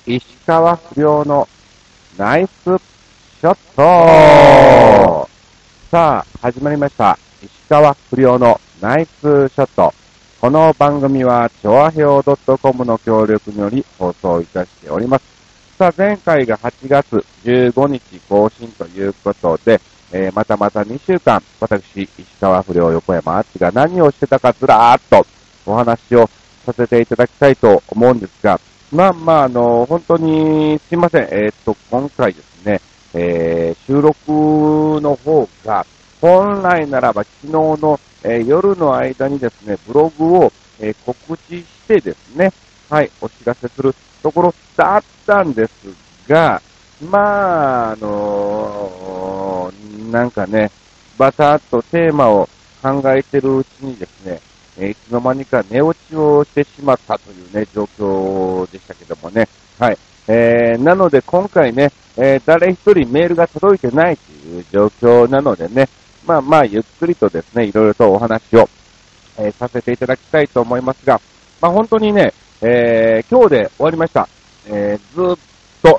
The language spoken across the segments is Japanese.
石川不良のナイスショット。さあ、始まりました。石川不良のナイスショット。この番組は、チョアヘオ .com の協力により放送いたしております。さあ、前回が8月15日更新ということで、また2週間、私、石川不良横山あっちが何をしてたかずらーっとお話をさせていただきたいと思うんですが、本当にすいません。今回ですね、収録の方が、本来ならば昨日の、夜の間にですね、ブログを、告知してですね、はい、お知らせするところだったんですが、なんかね、バタッとテーマを考えてるうちにですね、いつの間にか寝落ちをしてしまったというね、状況でしたけどもね。はい。なので今回ね、誰一人メールが届いてないという状況なのでね、ゆっくりとですね、いろいろとお話を、させていただきたいと思いますが、本当にね、今日で終わりました。ずっと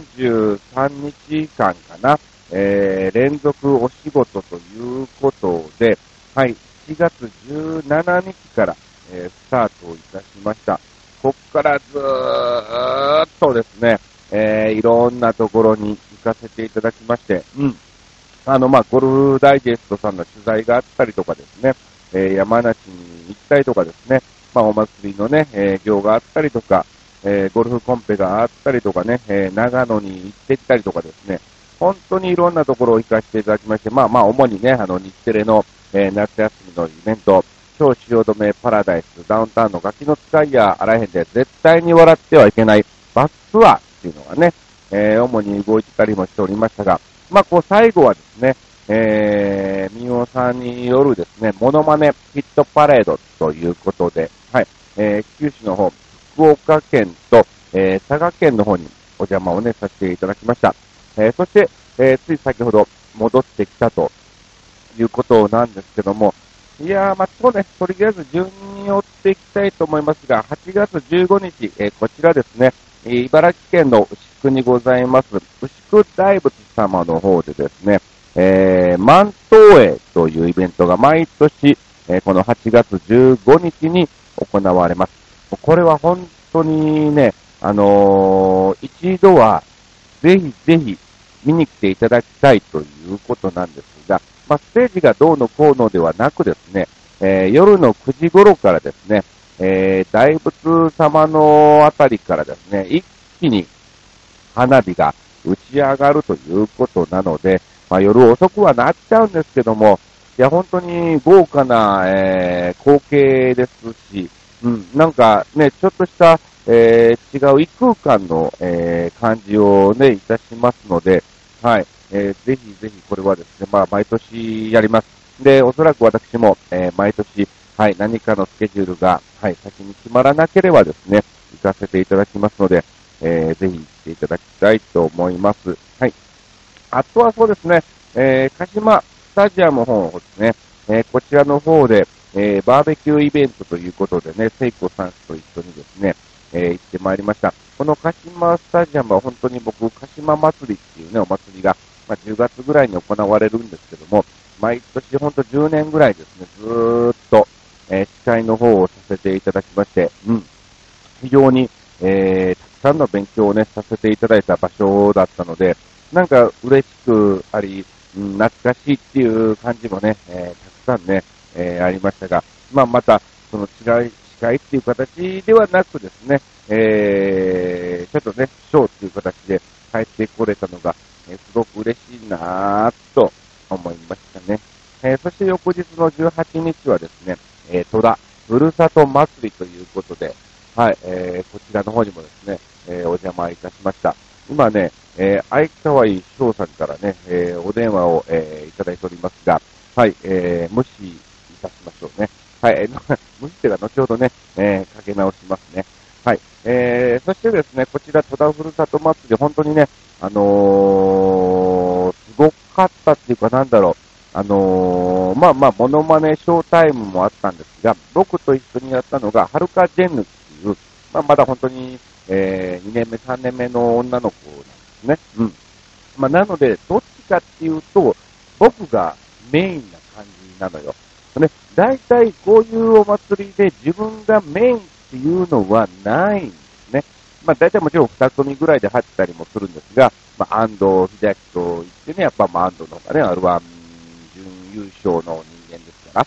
43日間かな、連続お仕事ということで、はい、7月17日から、スタートいたしました。こっからずーっとですね、いろんなところに行かせていただきまして、ゴルフダイジェストさんの取材があったりとかですね、山梨に行ったりとかですね、お祭りのね、行があったりとか、ゴルフコンペがあったりとかね、長野に行ってきたりとかですね、本当にいろんなところを行かせていただきまして、主にね、日テレの、夏休みのイベント、超汐留パラダイス、ダウンタウンのガキの使いやあらへんで絶対に笑ってはいけないバスツアーっていうのがね、主に動いてたりもしておりましたが、最後はですね、民謡さんによるですね、モノマネヒットパレードということで、はい、九州の方、福岡県と、佐賀県の方にお邪魔をね、させていただきました。そして、つい先ほど戻ってきたということなんですけども、いやー、そうね、とりあえず順に追っていきたいと思いますが、8月15日、こちらですね、茨城県の牛久にございます、牛久大仏様の方でですね、万灯会というイベントが毎年、この8月15日に行われます。これは本当にね、一度はぜひぜひ見に来ていただきたいということなんですが、ステージがどうのこうのではなくですね、夜の9時頃からですね、大仏様のあたりからですね、一気に花火が打ち上がるということなので、夜遅くはなっちゃうんですけども、いや、本当に豪華な、光景ですし、なんかね、ちょっとした、違う異空間の、感じをね、いたしますので、はい、ぜひぜひこれはですね、毎年やります。で、おそらく私も、毎年、はい、何かのスケジュールが、はい、先に決まらなければですね、行かせていただきますので、ぜひ行っていただきたいと思います。はい。あとはそうですね、鹿島スタジアムの方ですね、こちらの方で、バーベキューイベントということでね、セイコさんと一緒にですね、行ってまいりました。この鹿島スタジアムは本当に僕、鹿島祭りっていうね、お祭りが、10月ぐらいに行われるんですけども、毎年本当10年ぐらいですね、ずーっと、司会の方をさせていただきまして、非常に、たくさんの勉強をね、させていただいた場所だったので、なんか嬉しくあり、懐かしいっていう感じもね、たくさんね、ありましたが、また、その違い、司会っていう形ではなくですね、ちょっとね、ショーっていう形で帰ってこれたのが、すごく嬉しいなぁと思いましたね。そして翌日の18日はですね、戸田ふるさと祭りということで、はい、こちらの方にもですね、お邪魔いたしました。今ね、相川井翔さんからね、お電話を、いただいておりますが、はい、無視いたしましょうね。はい、無視では後ほどね、かけ直しますね。はい、そしてですね、こちら戸田ふるさと祭り、本当にね、すごかったっていうかなんだろう、モノマネショータイムもあったんですが、僕と一緒にやったのが、はるかジェンヌっていう、まだ本当に 2年目、3年目の女の子なんですね。なので、どっちかっていうと、僕がメインな感じなのよ。ね、大体こういうお祭りで自分がメインっていうのはないんですね。大体もちろん2組ぐらいで入ってたりもするんですが、安藤秀明と言ってね、やっぱ安藤の方がね、R1準優勝の人間ですから、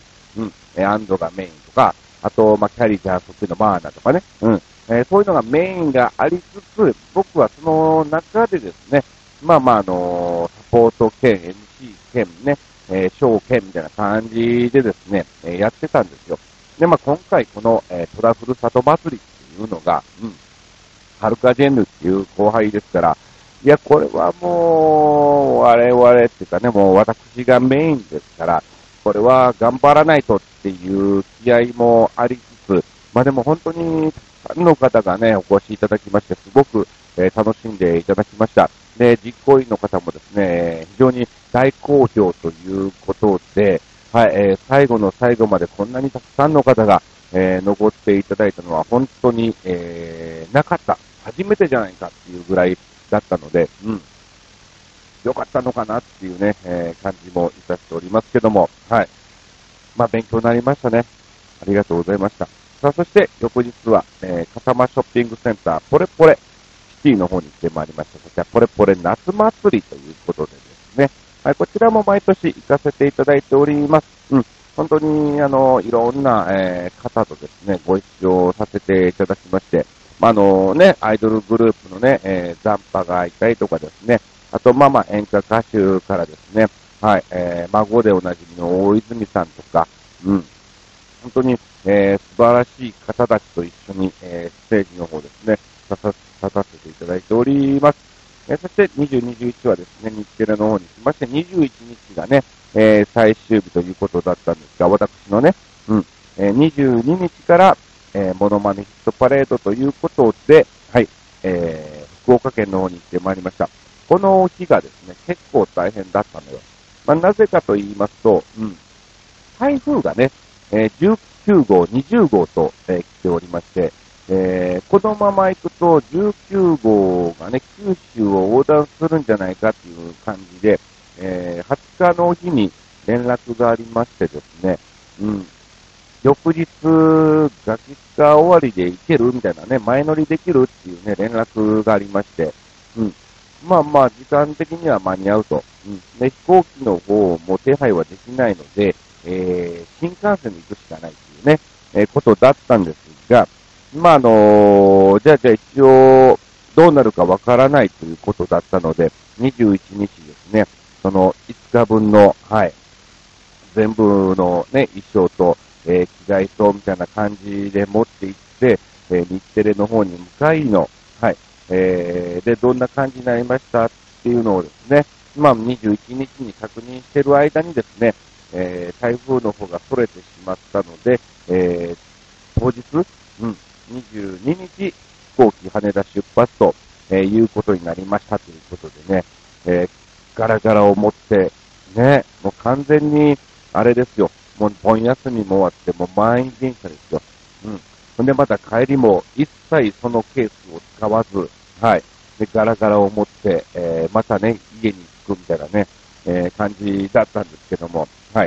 安藤がメインとか、あと、キャリージャー得意のマーナとかね、そういうのがメインがありつつ、僕はその中でですね、サポート兼 MC 兼ね、ショー兼みたいな感じでですね、やってたんですよ。で、今回この、トラフル里祭りっていうのが、ハルカジェンヌっていう後輩ですから、いや、これはもう、我々っていうかね、もう私がメインですから、これは頑張らないとっていう気合もありつつ、でも本当にたくさんの方がね、お越しいただきまして、すごく、楽しんでいただきました。で、実行委員の方もですね、非常に大好評ということで、はい、最後の最後までこんなにたくさんの方が、残っていただいたのは本当に、なかった。初めてじゃないかっていうぐらいだったので、よかったのかなっていうね、感じもいたしておりますけども、はい。勉強になりましたね。ありがとうございました。さあ、そして翌日は、笠間ショッピングセンター、ポレポレシティの方に来てまいりました。こちら、ポレポレ夏祭りということでですね、はい、こちらも毎年行かせていただいております。本当に、いろんな、方とですね、ご一緒させていただきまして、アイドルグループのね、ザンパがいたりとかですね、あと、演歌歌手からですね、はい、孫でおなじみの大泉さんとか、本当に、素晴らしい方たちと一緒に、ステージの方ですね、立たせていただいております。そして、20、21はですね、日テレの方に来まして、21日がね、最終日ということだったんですが、私のね、22日から、モノマネヒットパレードということで、はい、福岡県の方に行ってまいりました。この日がですね、結構大変だったのよ。なぜかと言いますと、台風がね、19号、20号と、来ておりまして、このまま行くと19号がね、九州を横断するんじゃないかっていう感じで、20日の日に連絡がありましてですね、翌日、ガキ使終わりで行けるみたいなね、前乗りできるっていうね、連絡がありまして、時間的には間に合うと。で、飛行機の方も手配はできないので、新幹線で行くしかないっていうね、ことだったんですが、じゃあ一応、どうなるかわからないということだったので、21日ですね、その5日分の、はい、全部のね、衣装と、着替えと、みたいな感じで持って行って、日テレの方に向かいの、はい、で、どんな感じになりましたっていうのをですね、21日に確認している間にですね、台風の方がそれてしまったので、当日、22日、飛行機羽田出発と、いうことになりましたということでね、ガラガラを持って、ね、もう完全に、あれですよ、もう盆休みも終わって、もう満員電車ですよ。ほんでまた帰りも一切そのケースを使わず、はい。で、ガラガラを持って、またね、家に着くみたいなね、感じだったんですけども、はい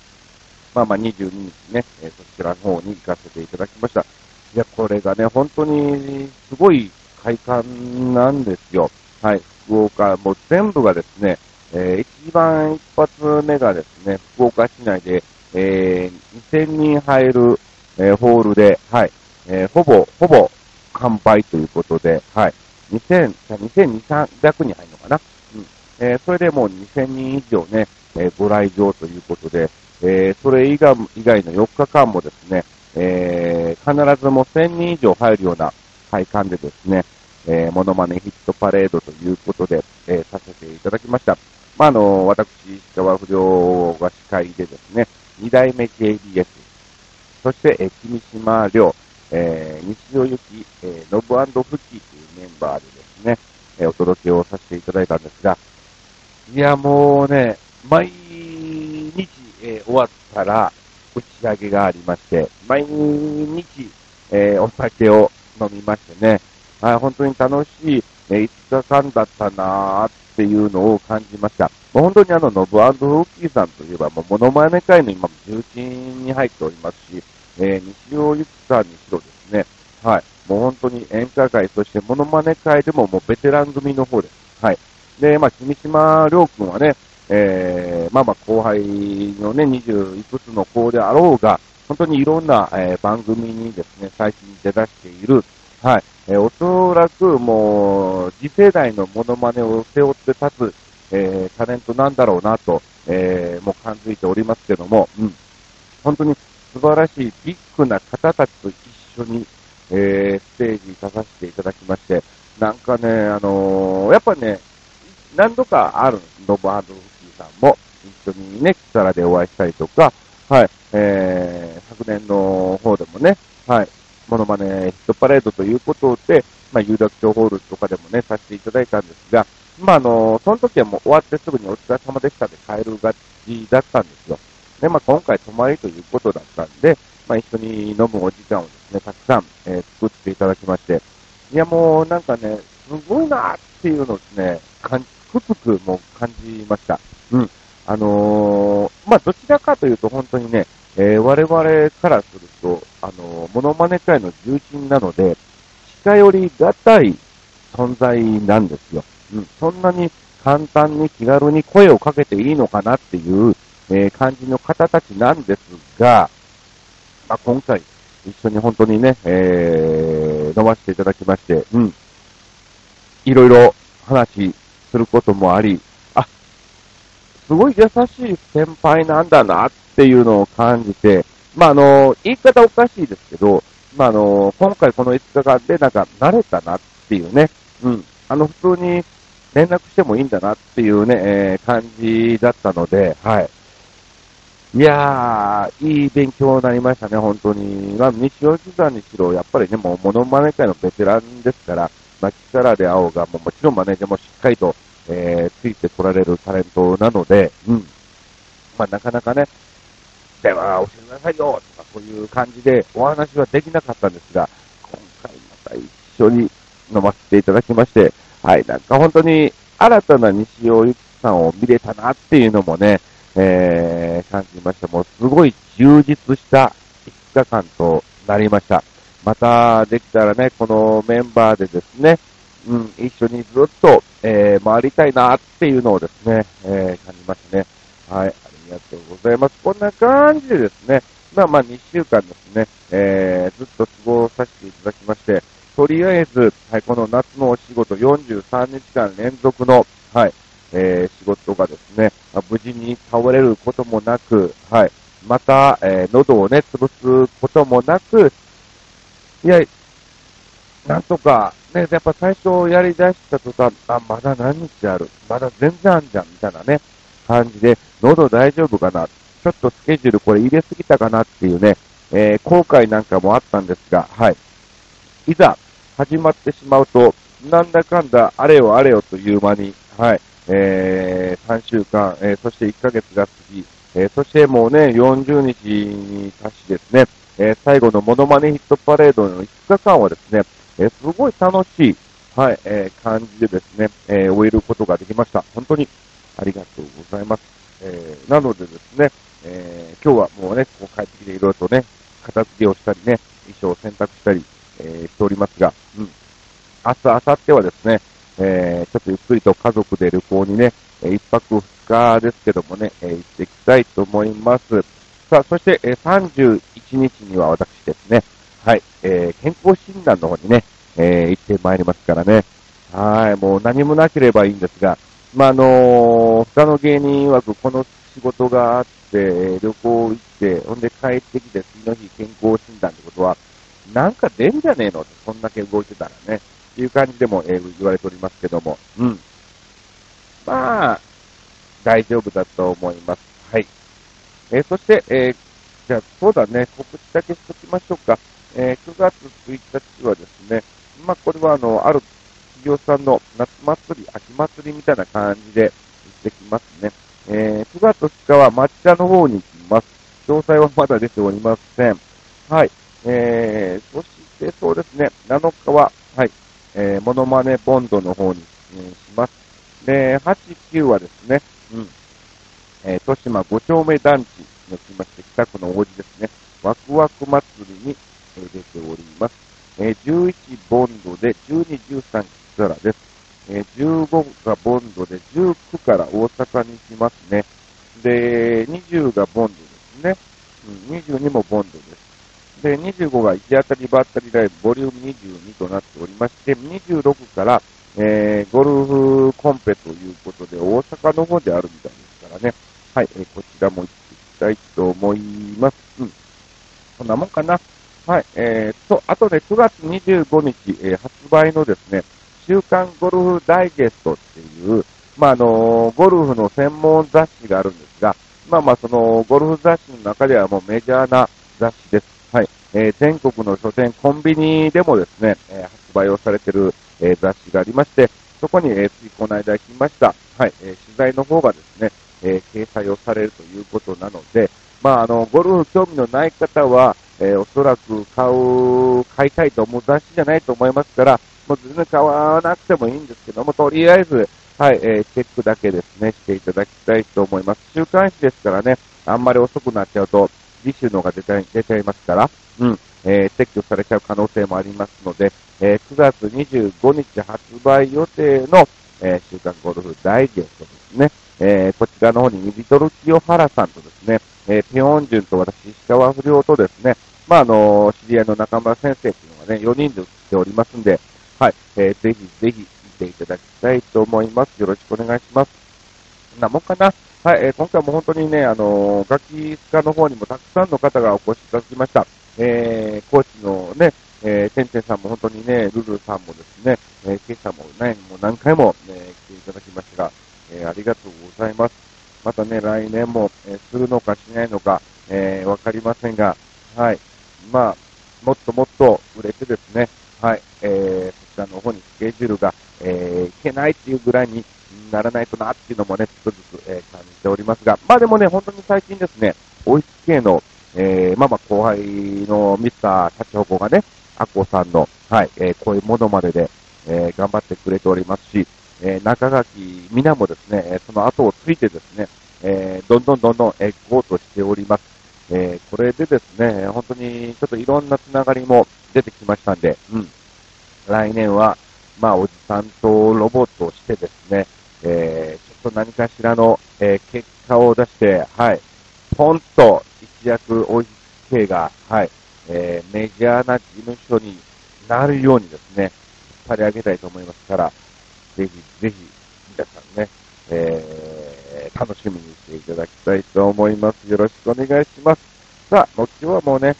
。22日ね、そちらの方に行かせていただきました。いや、これがね、本当にすごい快感なんですよ。はい。福岡、もう全部がですね、一番一発目がですね、福岡市内で、2000人入る、ホールで、はい、ほぼ完売ということで、はい、2300人入るのかな。それでもう2000人以上ね、ご来場ということで、それ以外の4日間もですね、必ずも1000人以上入るような会館でですね、モノマネヒットパレードということで、させていただきました。私、石川不良が司会でですね、2代目 JBS、そして、君島亮、西尾由紀、ノブフキというメンバーでですね、お届けをさせていただいたんですが、いや、もうね、毎日、終わったら打ち上げがありまして、毎日、お酒を飲みましてね、 はい、本当に楽しい、5日間だったなーっていうのを感じました。もう本当にノブ&フッキーさんといえば、もうモノマネ界の今、重鎮に入っておりますし、西尾由紀さんにしろですね、はい、もう本当に演歌界、そしてモノマネ界でももうベテラン組の方です。はい。で、君島亮君はね、後輩のね、20いくつの子であろうが、本当にいろんな、番組にですね、最近出だしている、はい。おそらくもう、次世代のモノマネを背負って立つ、タレントなんだろうなと、もう感づいておりますけども、本当に素晴らしいビッグな方たちと一緒に、ステージに立たせていただきまして、なんかね、やっぱね、何度かあるノブ&フッキーさんも一緒にね、キサラでお会いしたりとか、はい、昨年の方でもね、はい、モノマネヒットパレードということで、有楽町ホールとかでもね、させていただいたんですが、その時はもう終わってすぐにお疲れ様でしたで帰るがちだったんですよ。で、今回泊まりということだったんで、一緒に飲むお時間をですね、たくさん、作っていただきまして、いやもうなんかね、すごいなっていうのをですね、つくづくもう感じました。うん。どちらかというと本当にね、我々からすると、モノマネ界の重鎮なので、近寄りがたい存在なんですよ。そんなに簡単に気軽に声をかけていいのかなっていう、感じの方たちなんですが、今回一緒に本当にね、飲ませていただきまして、いろいろ話することもあり、すごい優しい先輩なんだなっていうのを感じて、言い方おかしいですけど、今回この5日間でなんか慣れたなっていうね、普通に連絡してもいいんだなっていうね、感じだったので、はい。いやー、いい勉強になりましたね、本当に。西尾さんにしろ、やっぱりね、もう、モノマネ界のベテランですから、力で青が、もちろんマネージャーもしっかりと、ついてこられるタレントなので、なかなかね、では、教えてくださいよ、とか、そういう感じでお話はできなかったんですが、今回また一緒に飲ませていただきまして、はい、なんか本当に新たな西尾由紀さんを見れたなっていうのもね、感じました。もうすごい充実した5日間となりました。またできたらね、このメンバーでですね、一緒にずっと、回りたいなっていうのをですね、感じましたね。はい、ありがとうございます。こんな感じでですね、2週間ですね、ずっと過ごさせていただきまして、とりあえず、はい、この夏のお仕事43日間連続の、はい、仕事がですね、無事に倒れることもなく、はい、また、喉をね、潰すこともなく、いや、なんとか、ね、やっぱ最初やり出した途端、まだ何日ある、まだ全然あんじゃん、みたいなね、感じで、喉大丈夫かな、ちょっとスケジュールこれ入れすぎたかなっていうね、後悔なんかもあったんですが、はい。いざ、始まってしまうと、なんだかんだ、あれよあれよという間に、はい、3週間、そして1ヶ月が過ぎ、そしてもうね、40日に達しですね、最後のモノマネヒットパレードの5日間はですね、すごい楽しい、はい、感じでですね、終えることができました。本当にありがとうございます。なのでですね、今日はもうね、こう帰ってきていろいろとね、片付けをしたりね、衣装を洗濯したり、しておりますが、明日、明後日はですね、ちょっとゆっくりと家族で旅行にね、一泊二日ですけどもね、行っていきたいと思います。さあ、そして、31日には私ですね、はい、健康診断の方にね、行ってまいりますからね。はい、もう何もなければいいんですが、他の芸人曰くこの仕事があって、旅行行って、ほんで帰ってきて次の日健康診断ってことは、なんか出んじゃねえのって、そんだけ動いてたらね、っていう感じでも、言われておりますけども、大丈夫だと思います。はい。そして、じゃあ、そうだね、告知だけしときましょうか。9月1日はですね、これはある企業さんの夏祭り、秋祭りみたいな感じで行ってきますね。9月2日は抹茶の方に行きます。詳細はまだ出ておりません。はい。そしてそうですね、7日は、はい。 モノマネボンドの方に出演します。で、8、9はですね、豊島5丁目団地に来まして、北区の王子ですね、ワクワク祭りに出ております。11ボンドで12、13キラです。15がボンドで19から大阪に行きますね。で、20がボンドですね。22もボンドです。で、25が行き当たりばったりライブボリューム22となっておりまして、26から、ゴルフコンペということで、大阪の方であるみたいですからね。はい、こちらも行っていきたいと思います。そんなもんかな。はい、あとで9月25日、発売のですね、週刊ゴルフダイジェストっていう、ゴルフの専門雑誌があるんですが、そのゴルフ雑誌の中ではもうメジャーな雑誌です。はい。全国の書店、コンビニでもですね、発売をされている、雑誌がありまして、そこに、ついこの間来ました。はい。取材の方がですね、掲載をされるということなので、ゴルフ興味のない方は、おそらく買いたいと思う雑誌じゃないと思いますから、もう全然買わなくてもいいんですけども、とりあえず、はい、チェックだけですね、していただきたいと思います。週刊誌ですからね、あんまり遅くなっちゃうと、次週のが出ちゃいますから、撤去されちゃう可能性もありますので、9月25日発売予定の、週刊ゴルフダイジェストですね。こちらの方にリトル清原さんとですね、ピョンジュンと私、石川不良とですね、知り合いの中村先生っていうのがね、4人で写っておりますんで、はい、ぜひぜひ見ていただきたいと思います。よろしくお願いします。そんなもんかな。はい、今回も本当にね、ガキスカの方にもたくさんの方がお越しいただきました。高知のね、てんてんさんも本当にね、ルルさんもですね、ケイさんもね、もう何回も、来ていただきましたが、ありがとうございます。またね、来年も、するのかしないのか、わかりませんが、はい。もっともっと売れてですね、はい、こちらの方にスケジュールが、いけないっていうぐらいにならないとなっていうのもね、ちょっとずつ、感じておりますが、でもね、本当に最近ですね、オイス系の、後輩のミスターシャチホコがね、アッコさんの、はい、こういうものまでで、頑張ってくれておりますし、中垣みなもですね、その後をついてですね、どんどん、行こうとしております。これでですね、本当にちょっといろんなつながりも出てきましたんで、来年は、おじさんとロボットをしてですね、ちょっと何かしらの、結果を出して、はい、ポンと一躍おいし系が、はい、メジャーな事務所になるようにですね、引っ張り上げたいと思いますから、ぜひぜひ、皆さんね、楽しみにしていただきたいと思います。よろしくお願いします。さあ、目標はもうね、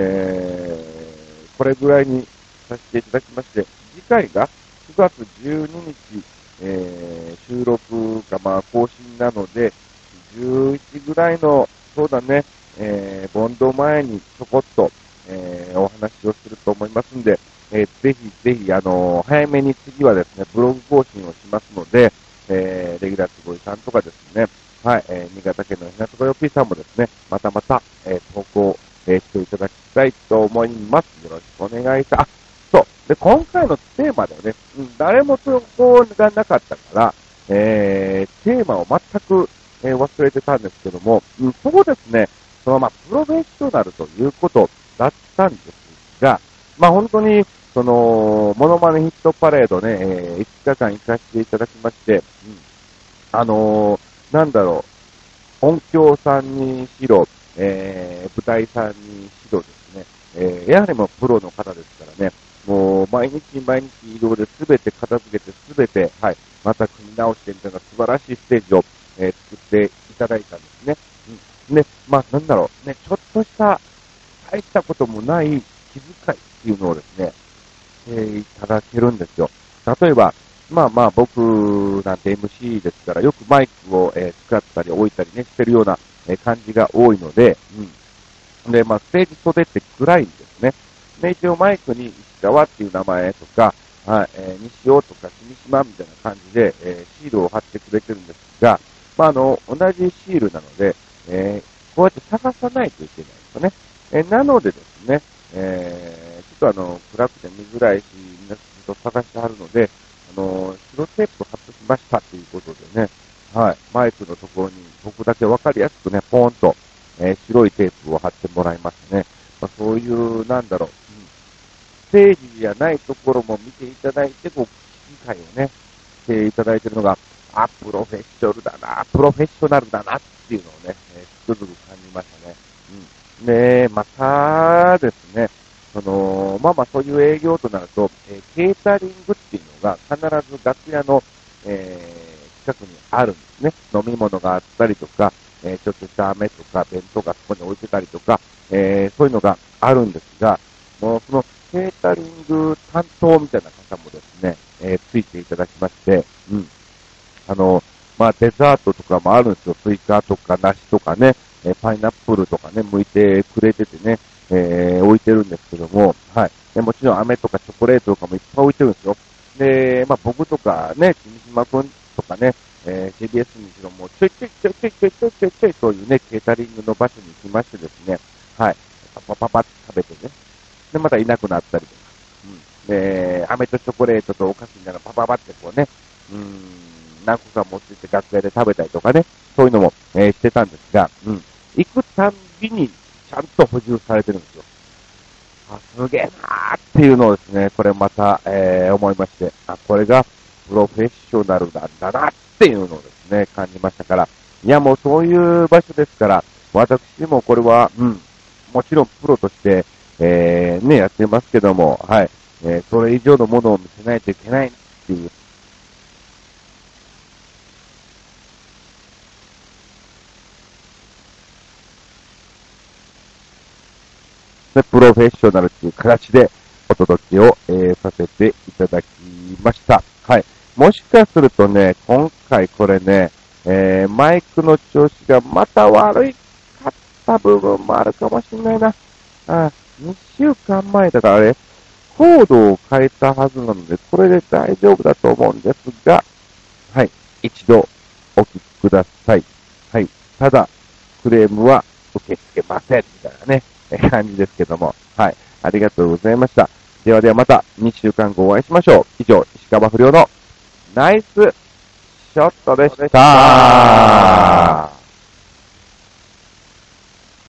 これぐらいにさせていただきまして、次回が9月12日、収録が更新なので、11ぐらいの、そうだね、ボンド前にちょこっと、お話をすると思いますんで、ぜひぜひ、早めに次はですね、ブログ更新をしますので、レギュラーつごいさんとかですね、はい、新潟県のひなとこよぴーさんもですね、また、投稿、していただきたいと思います。よろしくお願いします。そう。で、今回のテーマだよね、誰も投稿がなかったから、テーマを全く、忘れてたんですけども、そうですね、プロフェッショナルということだったんですが、本当に、モノマネヒットパレードね、5日間行かせていただきまして、音響さんにしろ、舞台さんにしろですね、やはりもうプロの方ですからね、もう毎日毎日移動で全て片付けて全て、はい、また組み直してみたいな素晴らしいステージを、作っていただいたんですね。で、ちょっとした大したこともない気遣いっていうのをですね、いただけるんですよ。例えば、僕なんて MC ですから、よくマイクを、使ったり置いたりね、してるような、感じが多いので、で、ステージ袖って暗いんですね。で、一応マイクに石川っていう名前とか、はい、西尾とか君島みたいな感じで、シールを貼ってくれてるんですが、同じシールなので、こうやって探さないといけないんですよね。なのでですね、ちょっと暗くて見づらいし、 と探してあるので、白テープ貼っときましたということでね、はい、マイクのところに僕だけわかりやすくね、ポーンと、白いテープを貼ってもらいましたね。そういう、なんだろう、ステージじゃないところも見ていただいて、こう、理解をね、していただいているのが、プロフェッショナルだな、プロフェッショナルだなっていうのをね、つくづく感じましたね。で、またですね、そういう営業となると、ケータリングっていうのが必ず楽屋の、近くにあるんですね。飲み物があったりとか、ちょっとした飴とか弁当がそこに置いてたりとか、そういうのがあるんですが、もうそのケータリング担当みたいな方もですね、ついていただきまして、デザートとかもあるんですよ。スイカとか梨とかね、パイナップルとかね、剥いてくれててね、置いてるんですけども、はい。でもちろん飴とかチョコレートとかもいっぱい置いてるんですよ。で、僕とかね、君島くんとかね、CBS にしろもうちょいちょいちょいちょいちょいちょいちょいちょいというね、ケータリングの場所に行きましてですね、はい。パパパパって食べてね。で、またいなくなったりとか。で、飴とチョコレートとお菓子みたいなパパパってこうね、何個か持ってって楽屋で食べたりとかね、そういうのも、してたんですが、行くたんびにちゃんと補充されてるんですよ。すげえなーっていうのをですね、これまた、思いまして、これがプロフェッショナルなんだなっていうのをですね、感じましたから、いやもうそういう場所ですから、私もこれは、もちろんプロとして、やってますけども、はい、それ以上のものを見せないといけないっていう、プロフェッショナルっていう形でお届けを、させていただきました。はい。もしかするとね、今回これね、マイクの調子がまた悪いかった部分もあるかもしれないな。2週間前だからあれ、コードを変えたはずなので、これで大丈夫だと思うんですが、はい。一度お聞きください。はい。ただ、クレームは受け付けません。みたいなね、感じですけども。はい。ありがとうございました。ではではまた2週間後お会いしましょう。以上、石川不良のナイスショットでした。